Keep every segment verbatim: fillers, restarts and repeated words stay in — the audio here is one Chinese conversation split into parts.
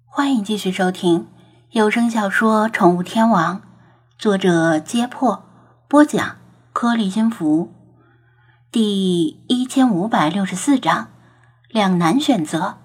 欢迎继续收听有声小说《宠物天王》，作者揭破，播讲颗粒音符，第一千五百六十四章两难选择。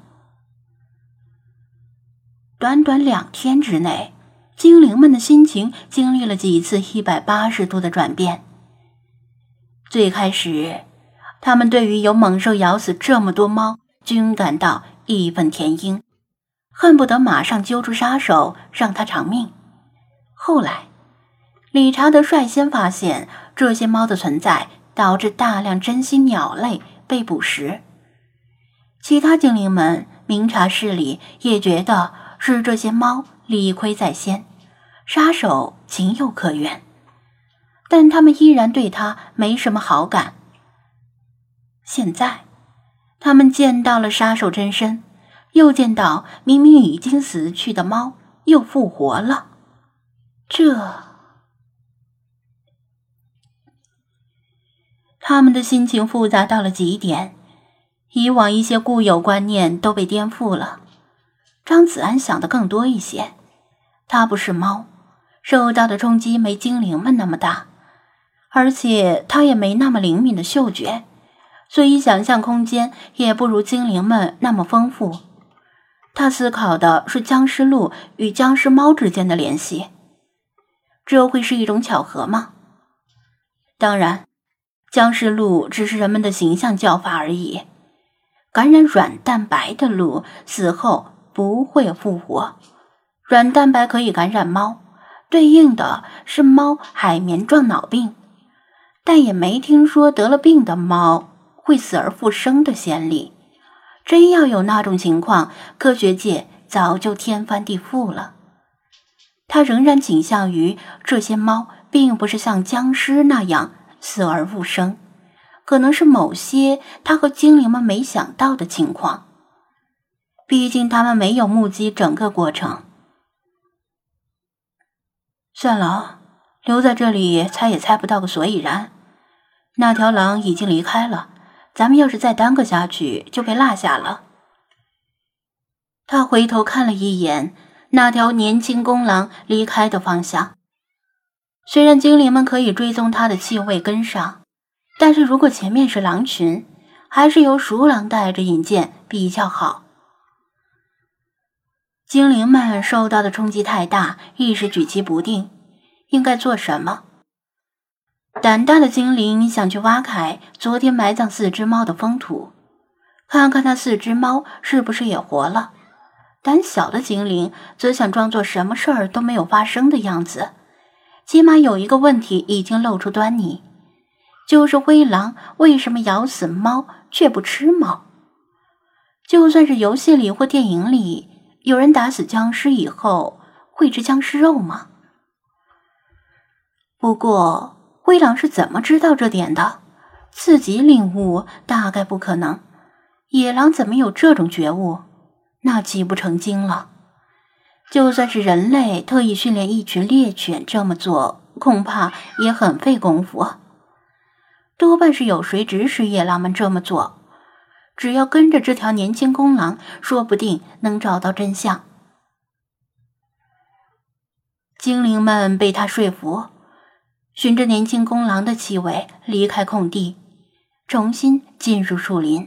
短短两天之内，精灵们的心情经历了几次一百八十度的转变。最开始，他们对于有猛兽咬死这么多猫均感到义愤填膺，恨不得马上揪出杀手让他偿命。后来，理查德率先发现这些猫的存在导致大量珍稀鸟类被捕食，其他精灵们明察事理，也觉得是这些猫理亏在先，杀手情有可原，但他们依然对他没什么好感。现在他们见到了杀手真身，又见到明明已经死去的猫又复活了，这……他们的心情复杂到了极点，以往一些固有观念都被颠覆了。张子安想的更多一些，他不是猫，受到的冲击没精灵们那么大，而且他也没那么灵敏的嗅觉，所以想象空间也不如精灵们那么丰富。他思考的是僵尸鹿与僵尸猫之间的联系，这会是一种巧合吗？当然，僵尸鹿只是人们的形象叫法而已。感染软蛋白的鹿死后不会复活，软蛋白可以感染猫，对应的是猫海绵状脑病，但也没听说得了病的猫会死而复生的先例。真要有那种情况，科学界早就天翻地覆了。他仍然倾向于这些猫并不是像僵尸那样死而复生，可能是某些他和精灵们没想到的情况，毕竟他们没有目击整个过程。算了，留在这里猜也猜不到个所以然。那条狼已经离开了，咱们要是再耽搁下去就被落下了。他回头看了一眼那条年轻公狼离开的方向，虽然精灵们可以追踪他的气味跟上，但是如果前面是狼群，还是由熟狼带着引荐比较好。精灵们受到的冲击太大，一时举棋不定，应该做什么？胆大的精灵想去挖开昨天埋葬四只猫的封土，看看那四只猫是不是也活了。胆小的精灵则想装作什么事儿都没有发生的样子，起码有一个问题已经露出端倪，就是灰狼为什么咬死猫却不吃猫？就算是游戏里或电影里，有人打死僵尸以后会吃僵尸肉吗？不过灰狼是怎么知道这点的？自己领悟大概不可能，野狼怎么有这种觉悟？那岂不成精了？就算是人类特意训练一群猎犬这么做，恐怕也很费功夫。多半是有谁指使野狼们这么做，只要跟着这条年轻公狼，说不定能找到真相。精灵们被他说服，循着年轻公狼的气味离开空地，重新进入树林。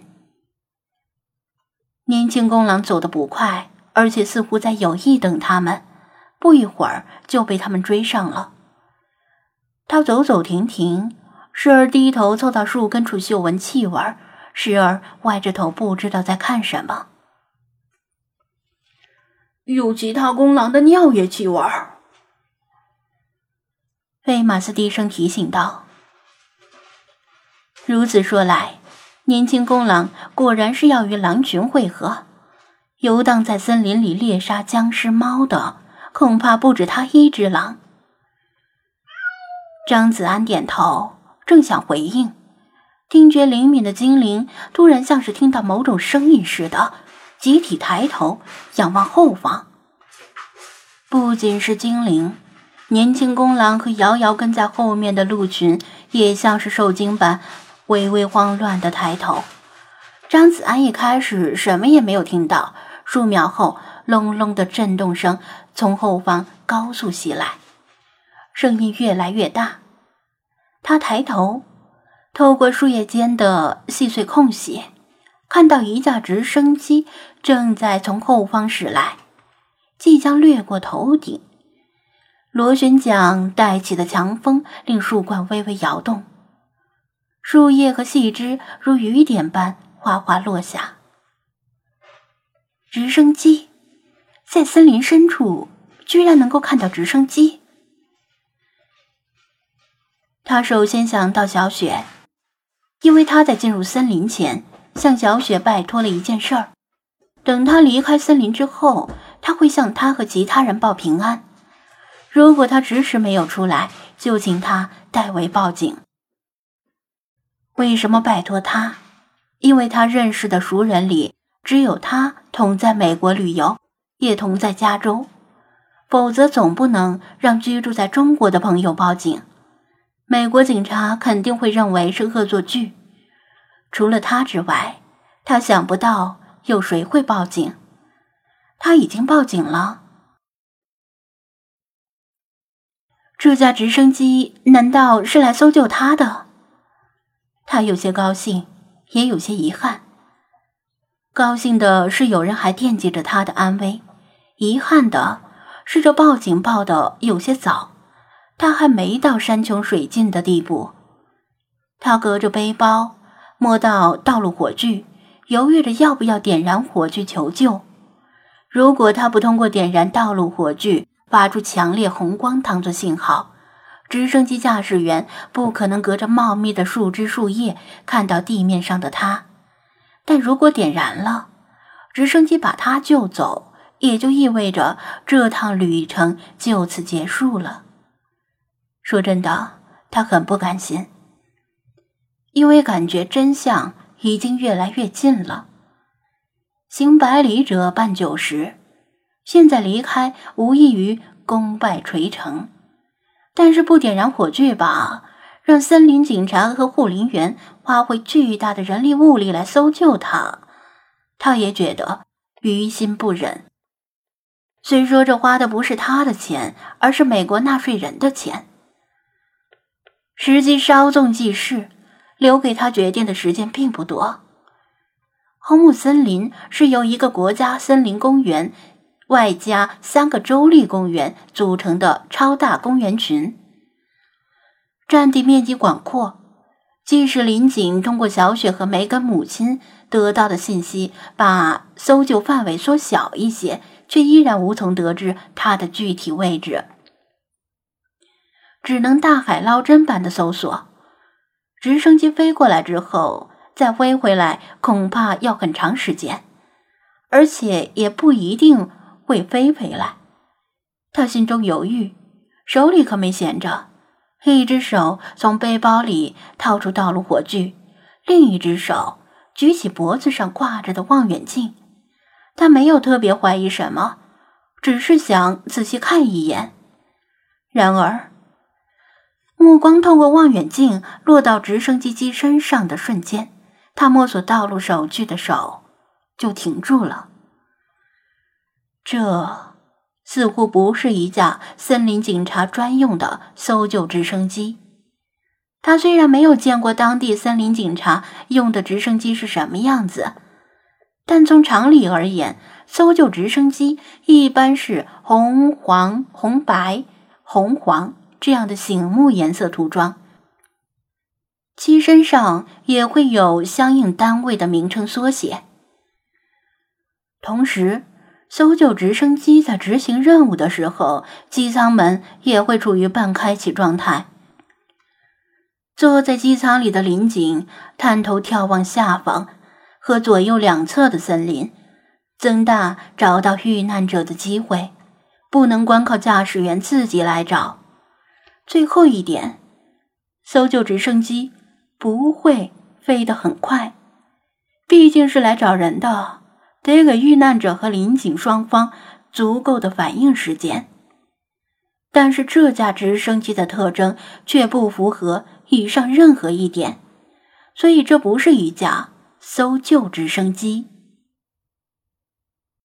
年轻公狼走得不快，而且似乎在有意等他们，不一会儿就被他们追上了。他走走停停，时而低头凑到树根处嗅闻气味，时而歪着头不知道在看什么。有其他公狼的尿液气味，菲马斯低声提醒道。如此说来，年轻公狼果然是要与狼群会合，游荡在森林里猎杀僵尸猫的恐怕不止他一只狼。张子安点头，正想回应，听觉灵敏的精灵突然像是听到某种声音似的，集体抬头仰望后方。不仅是精灵，年轻公狼和遥遥跟在后面的鹿群也像是受惊般微微慌乱的抬头。张子安一开始什么也没有听到， 数秒后，隆隆的震动声从后方高速袭来，声音越来越大。他抬头，透过树叶间的细碎空隙，看到一架直升机正在从后方驶来，即将掠过头顶。螺旋桨带起的强风令树冠微微摇动，树叶和细枝如雨点般哗哗落下。直升机，在森林深处居然能够看到直升机。他首先想到小雪，因为他在进入森林前向小雪拜托了一件事儿，等他离开森林之后，他会向他和其他人报平安。如果他迟迟没有出来，就请他代为报警。为什么拜托他？因为他认识的熟人里，只有他同在美国旅游，也同在加州，否则总不能让居住在中国的朋友报警。美国警察肯定会认为是恶作剧。除了他之外，他想不到有谁会报警。他已经报警了。这架直升机难道是来搜救他的？他有些高兴，也有些遗憾。高兴的是有人还惦记着他的安危，遗憾的是这报警报得有些早，他还没到山穷水尽的地步。他隔着背包摸到道路火炬，犹豫着要不要点燃火炬求救。如果他不通过点燃道路火炬发出强烈红光当作信号，直升机驾驶员不可能隔着茂密的树枝树叶看到地面上的他。但如果点燃了，直升机把他救走，也就意味着这趟旅程就此结束了。说真的，他很不甘心，因为感觉真相已经越来越近了。行百里者半九十，现在离开无异于功败垂成。但是不点燃火炬吧，让森林警察和护林员花费巨大的人力物力来搜救他，他也觉得于心不忍。虽说这花的不是他的钱，而是美国纳税人的钱。时机稍纵即逝，留给他决定的时间并不多。红木森林是由一个国家森林公园外加三个州立公园组成的超大公园群，占地面积广阔。即使林警通过小雪和梅根母亲得到的信息把搜救范围缩小一些，却依然无从得知它的具体位置，只能大海捞针般的搜索。直升机飞过来之后再飞回来恐怕要很长时间，而且也不一定会飞回来。他心中犹豫，手里可没闲着，一只手从背包里掏出道路火炬，另一只手举起脖子上挂着的望远镜。他没有特别怀疑什么，只是想仔细看一眼。然而目光透过望远镜落到直升机机身上的瞬间，他摸索道路手锯的手就停住了。这似乎不是一架森林警察专用的搜救直升机。他虽然没有见过当地森林警察用的直升机是什么样子，但从常理而言，搜救直升机一般是红黄红白红黄这样的醒目颜色涂装，机身上也会有相应单位的名称缩写。同时搜救直升机在执行任务的时候，机舱门也会处于半开启状态。坐在机舱里的林警探头眺望下方和左右两侧的森林，增大找到遇难者的机会，不能光靠驾驶员自己来找。最后一点，搜救直升机不会飞得很快，毕竟是来找人的，得给遇难者和林警双方足够的反应时间。但是这架直升机的特征却不符合以上任何一点，所以这不是一架搜救直升机。